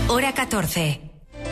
Hora 14.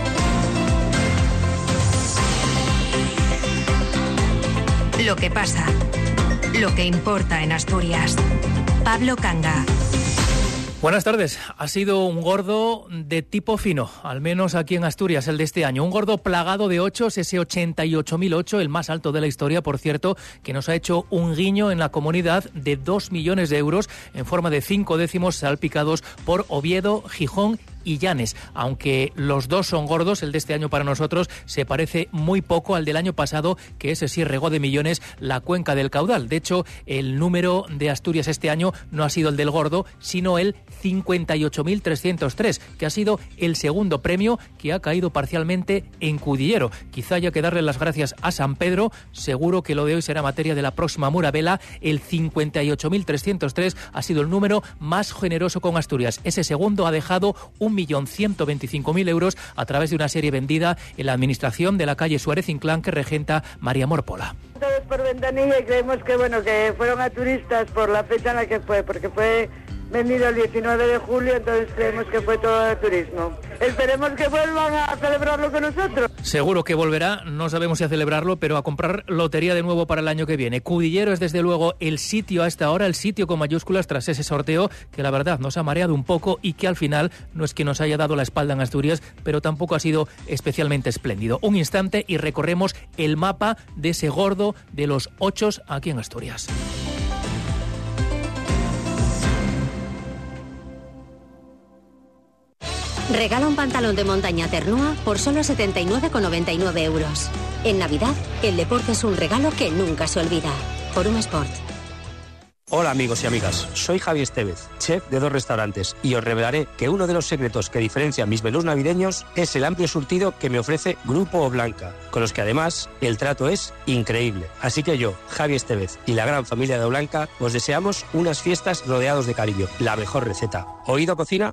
Lo que pasa, lo que importa en Asturias. Pablo Canga. Buenas tardes. Ha sido un gordo de tipo fino, al menos aquí en Asturias, el de este año. Un gordo plagado de 8, ese 88.008, el más alto de la historia, por cierto, que nos ha hecho un guiño en la comunidad de 2 millones de euros en forma de 5 décimos salpicados por Oviedo, Gijón y Llanes. Aunque los dos son gordos, el de este año para nosotros se parece muy poco al del año pasado, que ese sí regó de millones la cuenca del Caudal. De hecho, el número de Asturias este año no ha sido el del gordo, sino el 58.303, que ha sido el segundo premio, que ha caído parcialmente en Cudillero. Quizá haya que darle las gracias a San Pedro. Seguro que lo de hoy será materia de la próxima Murabela. El 58.303 ha sido el número más generoso con Asturias. Ese segundo ha dejado 1.125.000 euros a través de una serie vendida en la administración de la calle Suárez Inclán, que regenta María Morpola. Todos por ventanilla y creemos que que fueron a turistas por la fecha en la que fue, porque fue vendido el 19 de julio, entonces creemos que fue todo de turismo. Esperemos que vuelvan a celebrarlo con nosotros. Seguro que volverá, no sabemos si a celebrarlo, pero a comprar lotería de nuevo para el año que viene. Cudillero es desde luego el sitio a esta hora, el sitio con mayúsculas tras ese sorteo que la verdad nos ha mareado un poco y que al final no es que nos haya dado la espalda en Asturias, pero tampoco ha sido especialmente espléndido. Un instante y recorremos el mapa de ese gordo de los 8 aquí en Asturias. Regala un pantalón de montaña Ternua por solo 79,99 euros. En Navidad, el deporte es un regalo que nunca se olvida. Forum Sport. Hola amigos y amigas, soy Javi Estevez, chef de 2 restaurantes, y os revelaré que uno de los secretos que diferencian mis menús navideños es el amplio surtido que me ofrece Grupo O Blanca, con los que además el trato es increíble. Así que yo, Javi Estevez y la gran familia de O Blanca, os deseamos unas fiestas rodeados de cariño, la mejor receta. ¿Oído cocina?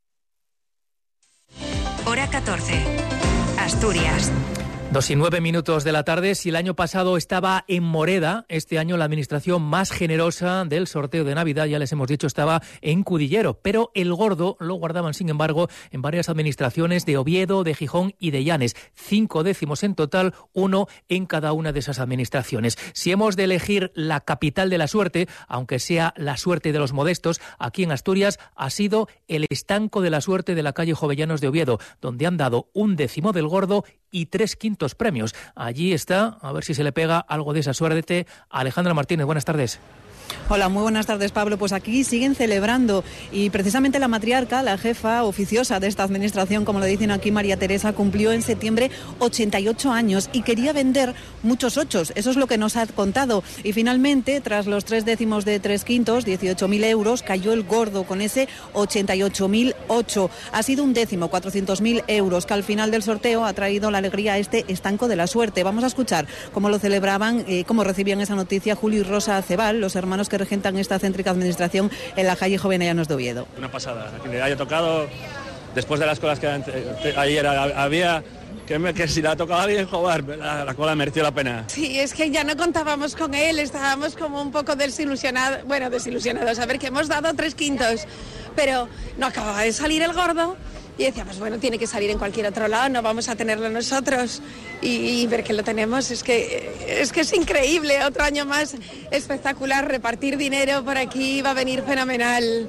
Hora 14. Asturias. 2:09 de la tarde. Si el año pasado estaba en Moreda, este año la administración más generosa del sorteo de Navidad, ya les hemos dicho, estaba en Cudillero. Pero el gordo lo guardaban, sin embargo, en varias administraciones de Oviedo, de Gijón y de Llanes. 5 décimos en total, 1 en cada una de esas administraciones. Si hemos de elegir la capital de la suerte, aunque sea la suerte de los modestos, aquí en Asturias ha sido el estanco de la suerte de la calle Jovellanos de Oviedo, donde han dado 1 décimo del gordo y 3/5 premios. Allí está, a ver si se le pega algo de esa suerte. Alejandra Martínez, buenas tardes. Hola, muy buenas tardes, Pablo. Pues aquí siguen celebrando y precisamente la matriarca, la jefa oficiosa de esta administración, como lo dicen aquí, María Teresa, cumplió en septiembre 88 años y quería vender muchos 8. Eso es lo que nos ha contado. Y finalmente, tras los 3 décimos de 3/5, 18.000 euros, cayó el gordo con ese 88.008. Ha sido 1 décimo, 400.000 euros, que al final del sorteo ha traído la alegría a este estanco de la suerte. Vamos a escuchar cómo lo celebraban, cómo recibían esa noticia Julio y Rosa Acebal, los hermanos que regentan esta céntrica administración en la calle Jovellanos de Oviedo. Una pasada, que le haya tocado después de las colas que ayer había, que si la ha tocado a alguien jugar, la cola mereció la pena. Sí, es que ya no contábamos con él, estábamos como un poco desilusionados, a ver que hemos dado 3/5, pero no acababa de salir el gordo. Y decíamos, tiene que salir en cualquier otro lado, no vamos a tenerlo nosotros. Y ver que lo tenemos, es que es increíble. Otro año más espectacular, repartir dinero por aquí va a venir fenomenal.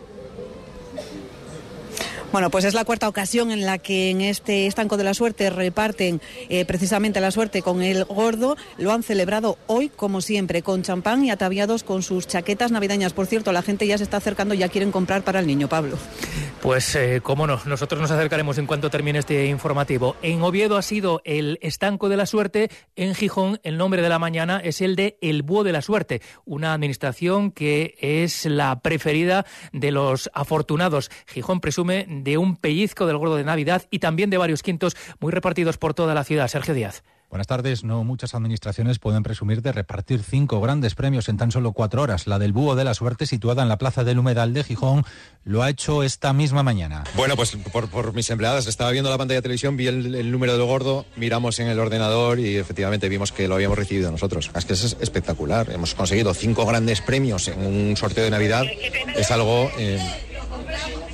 Bueno, pues es la 4ª ocasión en la que en este estanco de la suerte reparten precisamente la suerte con el gordo. Lo han celebrado hoy, como siempre, con champán y ataviados con sus chaquetas navideñas. Por cierto, la gente ya se está acercando, ya quieren comprar para el niño, Pablo. Pues cómo no, nosotros nos acercaremos en cuanto termine este informativo. En Oviedo ha sido el estanco de la suerte, en Gijón el nombre de la mañana es el de El Búho de la Suerte, una administración que es la preferida de los afortunados. Gijón presume de un pellizco del gordo de Navidad y también de varios quintos muy repartidos por toda la ciudad. Sergio Díaz. Buenas tardes. No muchas administraciones pueden presumir de repartir 5 grandes premios en tan solo 4 horas. La del Búho de la Suerte, situada en la Plaza del Humedal de Gijón, lo ha hecho esta misma mañana. Bueno, pues por mis empleadas, estaba viendo la pantalla de televisión, vi el número del gordo, miramos en el ordenador y efectivamente vimos que lo habíamos recibido nosotros. Es que es espectacular. Hemos conseguido 5 grandes premios en un sorteo de Navidad. Es algo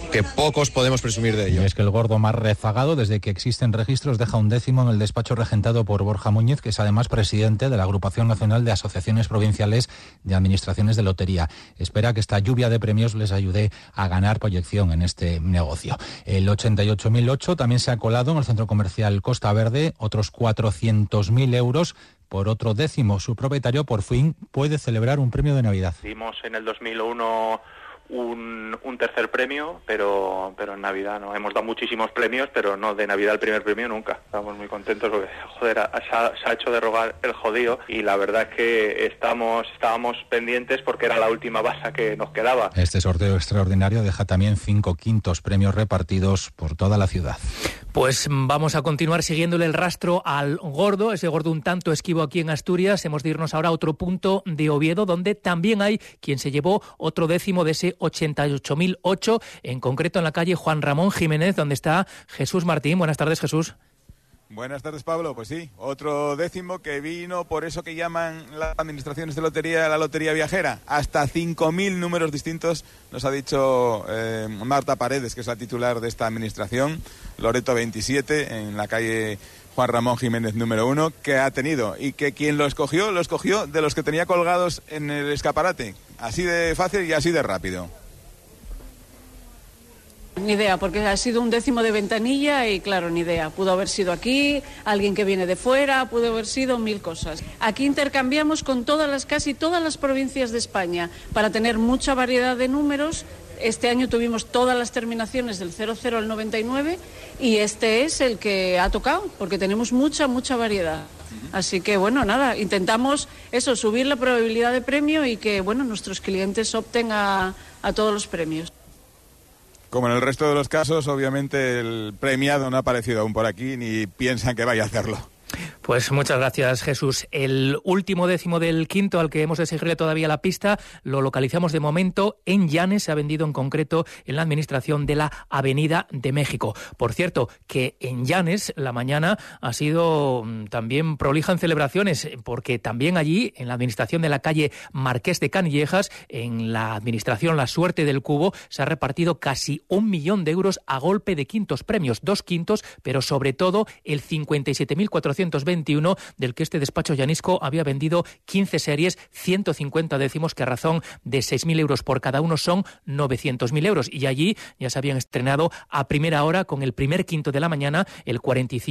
que pocos podemos presumir de ello. Es que el gordo más rezagado desde que existen registros deja un décimo en el despacho regentado por Borja Muñiz, que es además presidente de la Agrupación Nacional de Asociaciones Provinciales de Administraciones de Lotería. Espera que esta lluvia de premios les ayude a ganar proyección en este negocio. El 88.008 también se ha colado en el centro comercial Costa Verde, otros 400.000 euros. Por otro décimo, su propietario por fin puede celebrar un premio de Navidad. Dimos en el 2001 un tercer premio, pero en Navidad no. Hemos dado muchísimos premios, pero no de Navidad el primer premio nunca. Estamos muy contentos porque, se ha hecho de rogar el jodido, y la verdad es que estábamos pendientes porque era la última baza que nos quedaba. Este sorteo extraordinario deja también 5 quintos premios repartidos por toda la ciudad. Pues vamos a continuar siguiéndole el rastro al gordo, ese gordo un tanto esquivo aquí en Asturias. Hemos de irnos ahora a otro punto de Oviedo, donde también hay quien se llevó otro décimo de ese 88.008, en concreto en la calle Juan Ramón Jiménez, donde está Jesús Martín. Buenas tardes, Jesús. Buenas tardes, Pablo. Pues sí, otro décimo que vino por eso que llaman las administraciones de lotería la lotería viajera. Hasta 5.000 números distintos, nos ha dicho Marta Paredes, que es la titular de esta administración, Loreto 27, en la calle Juan Ramón Jiménez número 1, que ha tenido, y que quien lo escogió de los que tenía colgados en el escaparate. Así de fácil y así de rápido. Ni idea, porque ha sido un décimo de ventanilla y claro, ni idea. Pudo haber sido aquí, alguien que viene de fuera, pudo haber sido 1000 cosas. Aquí intercambiamos con casi todas las provincias de España para tener mucha variedad de números. Este año tuvimos todas las terminaciones del 00 al 99 y este es el que ha tocado, porque tenemos mucha variedad. Así que bueno, nada, intentamos eso, subir la probabilidad de premio y que bueno, nuestros clientes opten a todos los premios. Como en el resto de los casos, obviamente el premiado no ha aparecido aún por aquí ni piensan que vaya a hacerlo. Pues muchas gracias, Jesús. El último décimo del quinto, al que hemos de seguirle todavía la pista, lo localizamos de momento en Llanes. Se ha vendido en concreto en la administración de la Avenida de México. Por cierto, que en Llanes la mañana ha sido también prolija en celebraciones, porque también allí, en la administración de la calle Marqués de Canillejas, en la administración La Suerte del Cubo, se ha repartido casi 1 millón de euros a golpe de quintos premios, 2 quintos, pero sobre todo el 57.421, del que este despacho llanisco había vendido 15 series, 150 décimos, que a razón de 6.000 euros por cada uno son 900.000 euros. Y allí ya se habían estrenado a primera hora, con el primer quinto de la mañana, el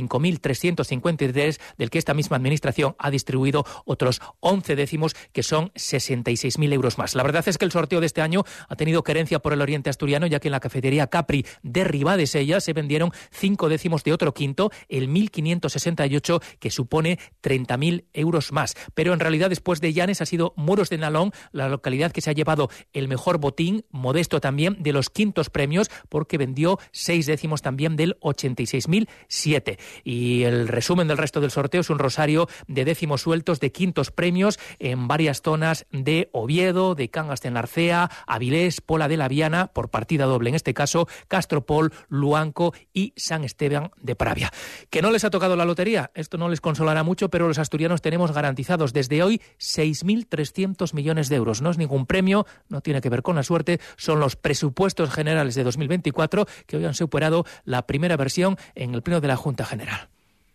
45.353, del que esta misma administración ha distribuido otros 11 décimos, que son 66.000 euros más. La verdad es que el sorteo de este año ha tenido querencia por el oriente asturiano, ya que en la cafetería Capri de Ribadesella se vendieron 5 décimos de otro quinto, el 1.568, que supone 30.000 euros más. Pero en realidad, después de Llanes, ha sido Muros de Nalón la localidad que se ha llevado el mejor botín, modesto también, de los quintos premios, porque vendió 6 décimos también del 86.007. Y el resumen del resto del sorteo es un rosario de décimos sueltos de quintos premios en varias zonas de Oviedo, de Cangas de Narcea, Avilés, Pola de la Viana, por partida doble en este caso, Castropol, Luanco y San Esteban de Pravia. ¿Que no les ha tocado la lotería? Esto no les consolará mucho, pero los asturianos tenemos garantizados desde hoy 6.300 millones de euros. No es ningún premio, no tiene que ver con la suerte, son los presupuestos generales de 2024 que hoy han superado la primera versión en el Pleno de la Junta General.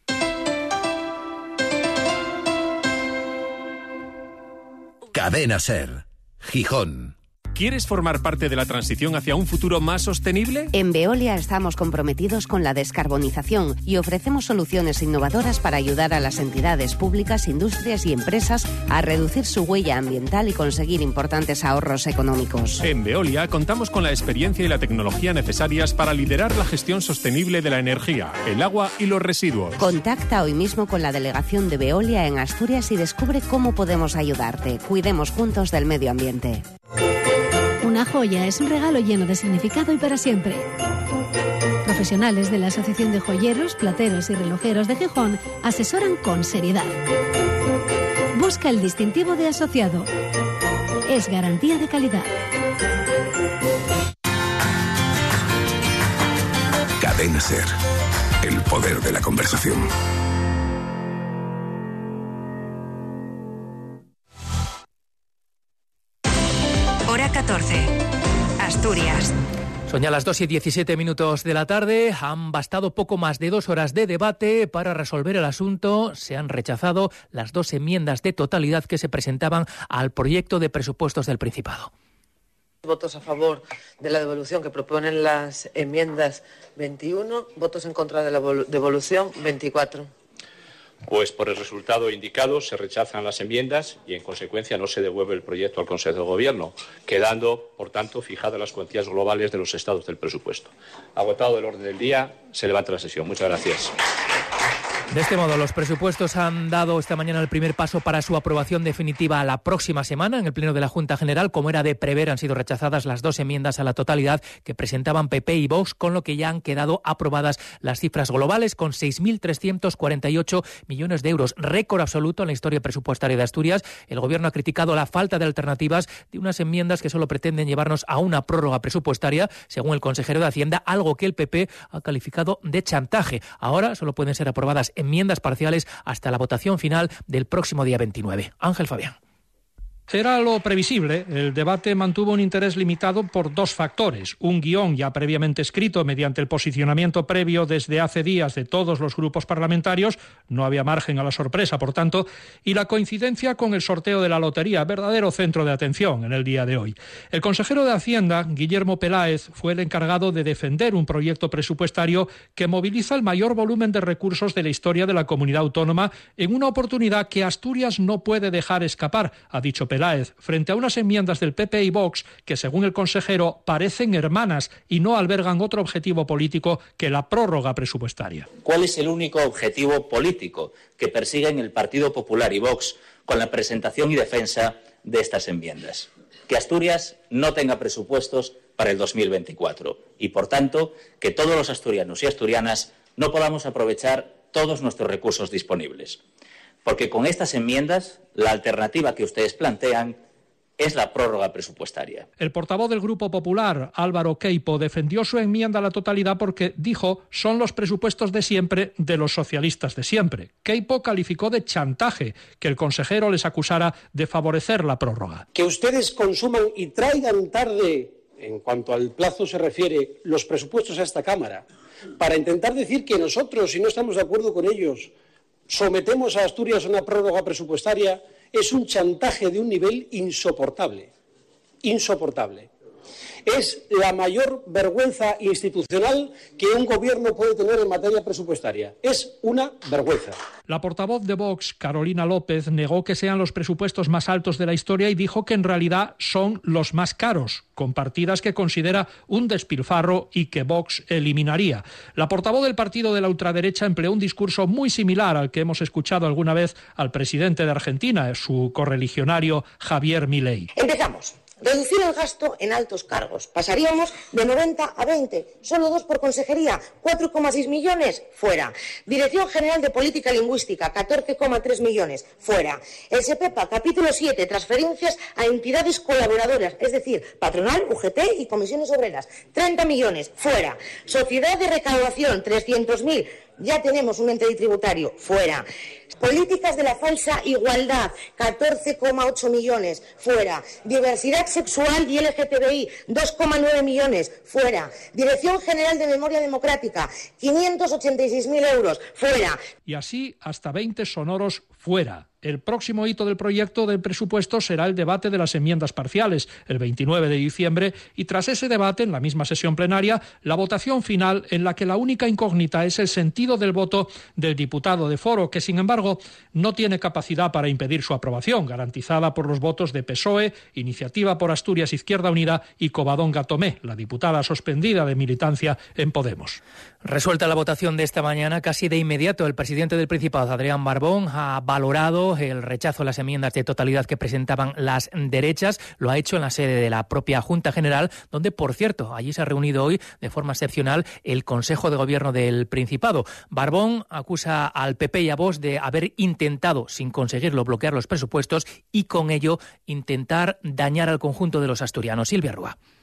Cadena SER, Gijón. ¿Quieres formar parte de la transición hacia un futuro más sostenible? En Veolia estamos comprometidos con la descarbonización y ofrecemos soluciones innovadoras para ayudar a las entidades públicas, industrias y empresas a reducir su huella ambiental y conseguir importantes ahorros económicos. En Veolia contamos con la experiencia y la tecnología necesarias para liderar la gestión sostenible de la energía, el agua y los residuos. Contacta hoy mismo con la delegación de Veolia en Asturias y descubre cómo podemos ayudarte. Cuidemos juntos del medio ambiente. Una joya es un regalo lleno de significado y para siempre. Profesionales de la Asociación de Joyeros, Plateros y Relojeros de Gijón asesoran con seriedad. Busca el distintivo de asociado. Es garantía de calidad. Cadena SER. El poder de la conversación. Hora 14. Asturias. Son ya las 2:17 de la tarde. Han bastado poco más de 2 horas de debate para resolver el asunto. Se han rechazado las 2 enmiendas de totalidad que se presentaban al proyecto de presupuestos del Principado. Votos a favor de la devolución que proponen las enmiendas 21, votos en contra de la devolución 24. Pues por el resultado indicado se rechazan las enmiendas y en consecuencia no se devuelve el proyecto al Consejo de Gobierno, quedando, por tanto, fijadas las cuantías globales de los estados del presupuesto. Agotado el orden del día, se levanta la sesión. Muchas gracias. De este modo, los presupuestos han dado esta mañana el primer paso para su aprobación definitiva la próxima semana en el Pleno de la Junta General. Como era de prever, han sido rechazadas las 2 enmiendas a la totalidad que presentaban PP y Vox, con lo que ya han quedado aprobadas las cifras globales con 6.348 millones de euros, récord absoluto en la historia presupuestaria de Asturias. El Gobierno ha criticado la falta de alternativas de unas enmiendas que solo pretenden llevarnos a una prórroga presupuestaria, según el consejero de Hacienda, algo que el PP ha calificado de chantaje. Ahora solo pueden ser aprobadas enmiendas parciales hasta la votación final del próximo día 29. Ángel Fabián. Era lo previsible. El debate mantuvo un interés limitado por 2 factores. Un guión ya previamente escrito mediante el posicionamiento previo desde hace días de todos los grupos parlamentarios. No había margen a la sorpresa, por tanto, y la coincidencia con el sorteo de la lotería, verdadero centro de atención en el día de hoy. El consejero de Hacienda, Guillermo Peláez, fue el encargado de defender un proyecto presupuestario que moviliza el mayor volumen de recursos de la historia de la comunidad autónoma en una oportunidad que Asturias no puede dejar escapar, ha dicho Peláez, frente a unas enmiendas del PP y Vox que, según el consejero, parecen hermanas y no albergan otro objetivo político que la prórroga presupuestaria. ¿Cuál es el único objetivo político que persiguen el Partido Popular y Vox con la presentación y defensa de estas enmiendas? Que Asturias no tenga presupuestos para el 2024 y, por tanto, que todos los asturianos y asturianas no podamos aprovechar todos nuestros recursos disponibles. Porque con estas enmiendas, la alternativa que ustedes plantean es la prórroga presupuestaria. El portavoz del Grupo Popular, Álvaro Queipo, defendió su enmienda a la totalidad porque, dijo, son los presupuestos de siempre de los socialistas de siempre. Queipo calificó de chantaje que el consejero les acusara de favorecer la prórroga. Que ustedes consuman y traigan tarde, en cuanto al plazo se refiere, los presupuestos a esta Cámara, para intentar decir que nosotros, si no estamos de acuerdo con ellos, sometemos a Asturias a una prórroga presupuestaria, es un chantaje de un nivel insoportable. Insoportable. Es la mayor vergüenza institucional que un gobierno puede tener en materia presupuestaria. Es una vergüenza. La portavoz de Vox, Carolina López, negó que sean los presupuestos más altos de la historia y dijo que en realidad son los más caros, con partidas que considera un despilfarro y que Vox eliminaría. La portavoz del partido de la ultraderecha empleó un discurso muy similar al que hemos escuchado alguna vez al presidente de Argentina, su correligionario Javier Milei. Empezamos. Reducir el gasto en altos cargos. Pasaríamos de 90 a 20. Solo 2 por consejería. 4,6 millones. Fuera. Dirección General de Política Lingüística. 14,3 millones. Fuera. El SEPEPA, capítulo 7. Transferencias a entidades colaboradoras. Es decir, patronal, UGT y comisiones obreras. 30 millones. Fuera. Sociedad de recaudación. 300.000. Ya tenemos un ente tributario. Fuera. Políticas de la falsa igualdad, 14,8 millones, fuera. Diversidad sexual y LGTBI, 2,9 millones, fuera. Dirección General de Memoria Democrática, 586.000 euros, fuera. Y así hasta 20 sonoros fuera. El próximo hito del proyecto de presupuesto será el debate de las enmiendas parciales, el 29 de diciembre, y tras ese debate, en la misma sesión plenaria, la votación final en la que la única incógnita es el sentido del voto del diputado de Foro, que sin embargo no tiene capacidad para impedir su aprobación, garantizada por los votos de PSOE, Iniciativa por Asturias Izquierda Unida y Covadonga Tomé, la diputada suspendida de militancia en Podemos. Resuelta la votación de esta mañana, casi de inmediato el presidente del Principado, Adrián Barbón, ha valorado el rechazo a las enmiendas de totalidad que presentaban las derechas. Lo ha hecho en la sede de la propia Junta General, donde, por cierto, allí se ha reunido hoy de forma excepcional el Consejo de Gobierno del Principado. Barbón acusa al PP y a Vox de haber intentado, sin conseguirlo, bloquear los presupuestos y con ello intentar dañar al conjunto de los asturianos. Silvia Rúa.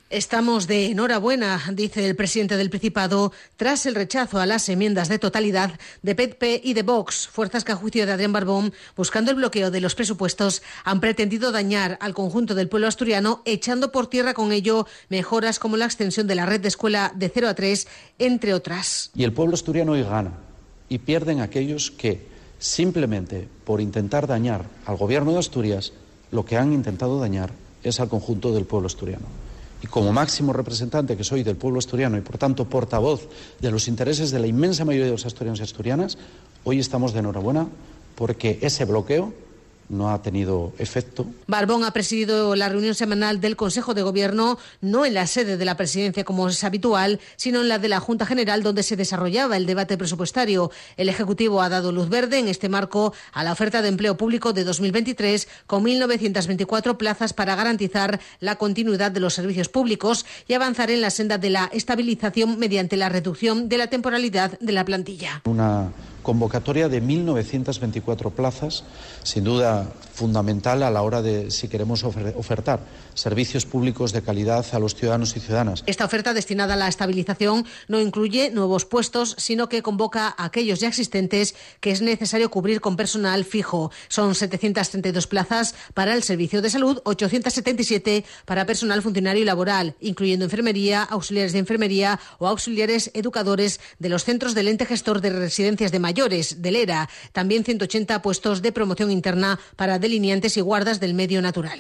Estamos de enhorabuena, dice el presidente del Principado, tras el rechazo a las enmiendas de totalidad de PP y de Vox, fuerzas que a juicio de Adrián Barbón, buscando el bloqueo de los presupuestos, han pretendido dañar al conjunto del pueblo asturiano, echando por tierra con ello mejoras como la extensión de la red de escuela de 0 a 3, entre otras. Y el pueblo asturiano hoy gana, y pierden aquellos que, simplemente por intentar dañar al gobierno de Asturias, lo que han intentado dañar es al conjunto del pueblo asturiano. Y como máximo representante que soy del pueblo asturiano y por tanto portavoz de los intereses de la inmensa mayoría de los asturianos y asturianas, hoy estamos de enhorabuena porque ese bloqueo no ha tenido efecto. Barbón ha presidido la reunión semanal del Consejo de Gobierno, no en la sede de la Presidencia como es habitual, sino en la de la Junta General, donde se desarrollaba el debate presupuestario. El Ejecutivo ha dado luz verde en este marco a la oferta de empleo público de 2023, con 1.924 plazas para garantizar la continuidad de los servicios públicos y avanzar en la senda de la estabilización mediante la reducción de la temporalidad de la plantilla. Una convocatoria de 1.924 plazas, sin duda fundamental a la hora de, si queremos ofertar servicios públicos de calidad a los ciudadanos y ciudadanas. Esta oferta destinada a la estabilización no incluye nuevos puestos, sino que convoca a aquellos ya existentes que es necesario cubrir con personal fijo. Son 732 plazas para el servicio de salud, 877 para personal funcionario y laboral, incluyendo enfermería, auxiliares de enfermería o auxiliares educadores de los centros del ente gestor de residencias de mayores, del ERA. También 180 puestos de promoción interna para delineantes y guardas del medio natural.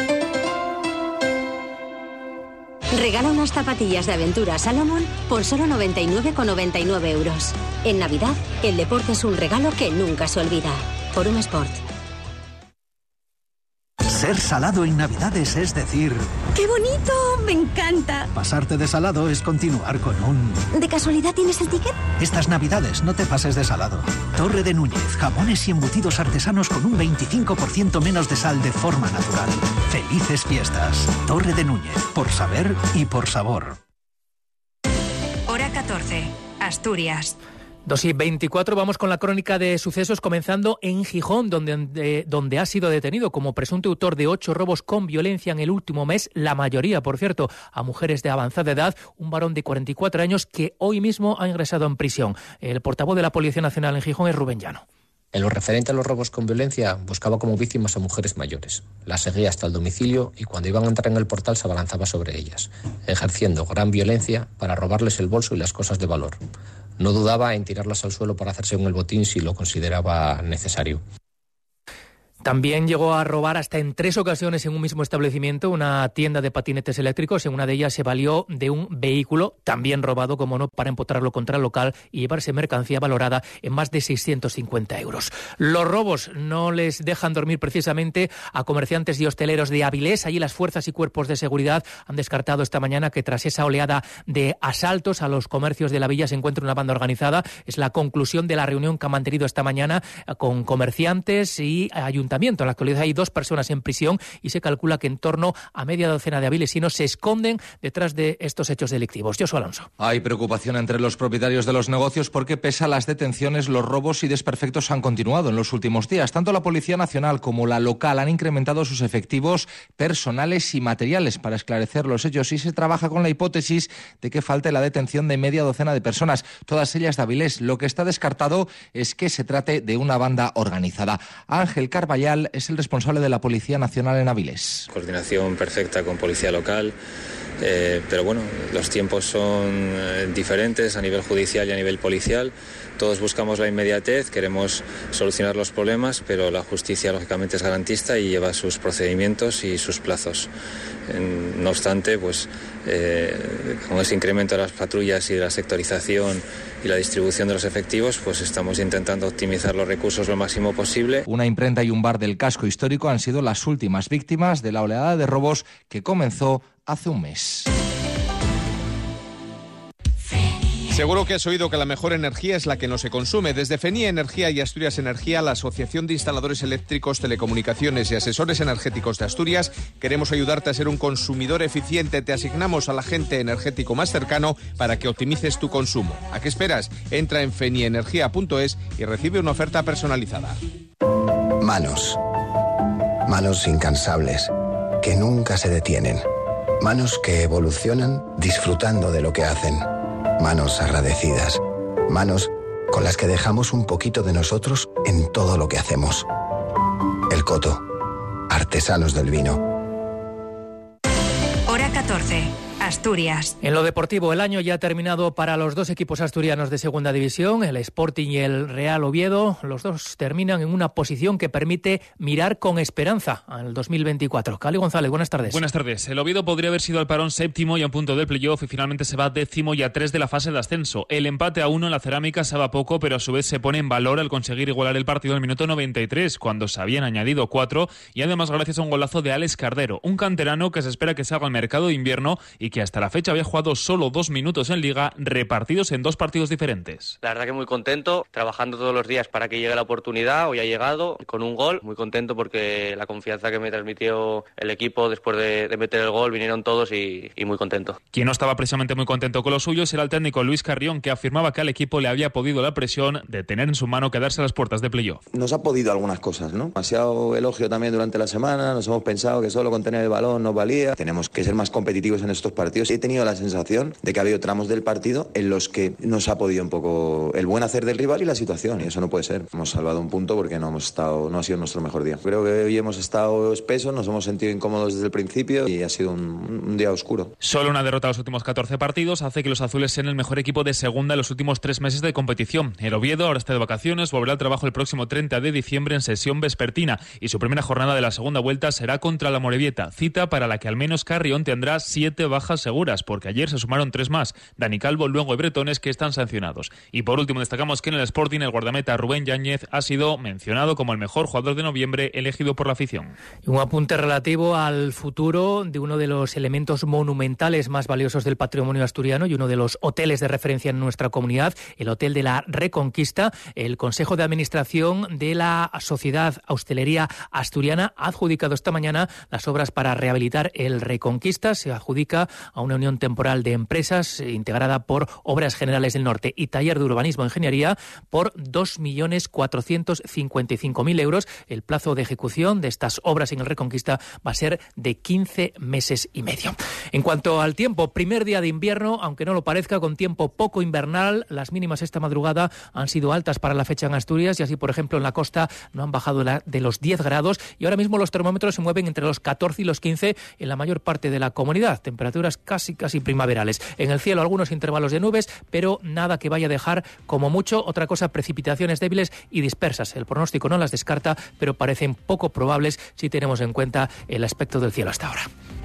Regala unas zapatillas de aventura Salomon por solo 99,99 euros. En Navidad, el deporte es un regalo que nunca se olvida. Forum Sport. Ser salado en Navidades es decir... ¡Qué bonito! ¡Me encanta! Pasarte de salado es continuar con un... ¿De casualidad tienes el ticket? Estas Navidades no te pases de salado. Torre de Núñez, jamones y embutidos artesanos con un 25% menos de sal de forma natural. ¡Felices fiestas! Torre de Núñez, por saber y por sabor. Hora 14, Asturias. 2:24, vamos con la crónica de sucesos, comenzando en Gijón, donde ha sido detenido como presunto autor de 8 robos con violencia en el último mes, la mayoría, por cierto, a mujeres de avanzada edad, un varón de 44 años que hoy mismo ha ingresado en prisión. El portavoz de la Policía Nacional en Gijón es Rubén Llano. En lo referente a los robos con violencia, buscaba como víctimas a mujeres mayores. Las seguía hasta el domicilio y cuando iban a entrar en el portal se abalanzaba sobre ellas, ejerciendo gran violencia para robarles el bolso y las cosas de valor. No dudaba en tirarlas al suelo para hacerse con el botín si lo consideraba necesario. También llegó a robar hasta en 3 ocasiones en un mismo establecimiento una tienda de patinetes eléctricos. En una de ellas se valió de un vehículo, también robado, como no, para empotrarlo contra el local y llevarse mercancía valorada en más de 650 euros. Los robos no les dejan dormir precisamente a comerciantes y hosteleros de Avilés. Allí las fuerzas y cuerpos de seguridad han descartado esta mañana que tras esa oleada de asaltos a los comercios de la villa se encuentra una banda organizada. Es la conclusión de la reunión que ha mantenido esta mañana con comerciantes y ayuntamientos. En la actualidad hay 2 personas en prisión y se calcula que en torno a media docena de avilesinos se esconden detrás de estos hechos delictivos. Josué Alonso. Hay preocupación entre los propietarios de los negocios porque pese a las detenciones, los robos y desperfectos han continuado en los últimos días. Tanto la Policía Nacional como la local han incrementado sus efectivos personales y materiales para esclarecer los hechos y se trabaja con la hipótesis de que falte la detención de media docena de personas, todas ellas de Avilés. Lo que está descartado es que se trate de una banda organizada. Ángel Carballal es el responsable de la Policía Nacional en Avilés. Coordinación perfecta con policía local, pero bueno, los tiempos son diferentes a nivel judicial y a nivel policial. Todos buscamos la inmediatez, queremos solucionar los problemas, pero la justicia lógicamente es garantista y lleva sus procedimientos y sus plazos. No obstante, pues con ese incremento de las patrullas y de la sectorización y la distribución de los efectivos, pues estamos intentando optimizar los recursos lo máximo posible. Una imprenta y un bar del casco histórico han sido las últimas víctimas de la oleada de robos que comenzó hace un mes. Seguro que has oído que la mejor energía es la que no se consume. Desde FENIE Energía y Asturias Energía, la Asociación de Instaladores Eléctricos, Telecomunicaciones y Asesores Energéticos de Asturias, queremos ayudarte a ser un consumidor eficiente. Te asignamos al agente energético más cercano para que optimices tu consumo. ¿A qué esperas? Entra en fenieenergia.es y recibe una oferta personalizada. Manos incansables, que nunca se detienen. Manos que evolucionan disfrutando de lo que hacen. Manos agradecidas. Manos con las que dejamos un poquito de nosotros en todo lo que hacemos. El Coto. Artesanos del vino. Hora 14. Asturias. En lo deportivo, el año ya ha terminado para los dos equipos asturianos de segunda división, el Sporting y el Real Oviedo. Los dos terminan en una posición que permite mirar con esperanza al 2024. Cali González, buenas tardes. Buenas tardes. El Oviedo podría haber sido al parón séptimo y a un punto del playoff y finalmente se va décimo y a 3 de la fase de ascenso. El empate a 1 en la Cerámica sabe a poco, pero a su vez se pone en valor al conseguir igualar el partido en el minuto 93, cuando se habían añadido 4 y además gracias a un golazo de Alex Cardero, un canterano que se espera que salga al mercado de invierno y que hasta la fecha había jugado solo 2 minutos en Liga, repartidos en 2 partidos diferentes. La verdad que muy contento, trabajando todos los días para que llegue la oportunidad. Hoy ha llegado con un gol, muy contento porque la confianza que me transmitió el equipo después de meter el gol, vinieron todos y muy contento. Quien no estaba precisamente muy contento con los suyos era el técnico Luis Carrión, que afirmaba que al equipo le había podido la presión de tener en su mano quedarse a las puertas de playoff. Nos ha podido algunas cosas, ¿no? Demasiado elogio también durante la semana, nos hemos pensado que solo con tener el balón nos valía. Tenemos que ser más competitivos en estos partidos. He tenido la sensación de que ha habido tramos del partido en los que nos ha podido un poco el buen hacer del rival y la situación, y eso no puede ser. Hemos salvado un punto porque no ha sido nuestro mejor día. Creo que hoy hemos estado espesos, nos hemos sentido incómodos desde el principio y ha sido un día oscuro. Solo una derrota en los últimos 14 partidos hace que los azules sean el mejor equipo de segunda en los últimos 3 meses de competición. El Oviedo ahora está de vacaciones, volverá al trabajo el próximo 30 de diciembre en sesión vespertina y su primera jornada de la segunda vuelta será contra la Morevieta, cita para la que al menos Carrión tendrá 7 bajas seguras, porque ayer se sumaron 3 más, Dani Calvo, Luengo y Bretones, que están sancionados. Y por último destacamos que en el Sporting el guardameta Rubén Yáñez ha sido mencionado como el mejor jugador de noviembre elegido por la afición. Y un apunte relativo al futuro de uno de los elementos monumentales más valiosos del patrimonio asturiano y uno de los hoteles de referencia en nuestra comunidad, el Hotel de la Reconquista. El Consejo de Administración de la Sociedad Hostelería Asturiana ha adjudicado esta mañana las obras para rehabilitar el Reconquista. Se adjudica a una unión temporal de empresas integrada por Obras Generales del Norte y Taller de Urbanismo e Ingeniería por 2.455.000 euros. El plazo de ejecución de estas obras en el Reconquista va a ser de 15 meses y medio. En cuanto al tiempo, primer día de invierno, aunque no lo parezca, con tiempo poco invernal. Las mínimas esta madrugada han sido altas para la fecha en Asturias y así, por ejemplo, en la costa no han bajado de los 10 grados y ahora mismo los termómetros se mueven entre los 14 y los 15 en la mayor parte de la comunidad. Temperaturas casi primaverales. En el cielo algunos intervalos de nubes, pero nada que vaya a dejar como mucho otra cosa, precipitaciones débiles y dispersas. El pronóstico no las descarta, pero parecen poco probables si tenemos en cuenta el aspecto del cielo hasta ahora.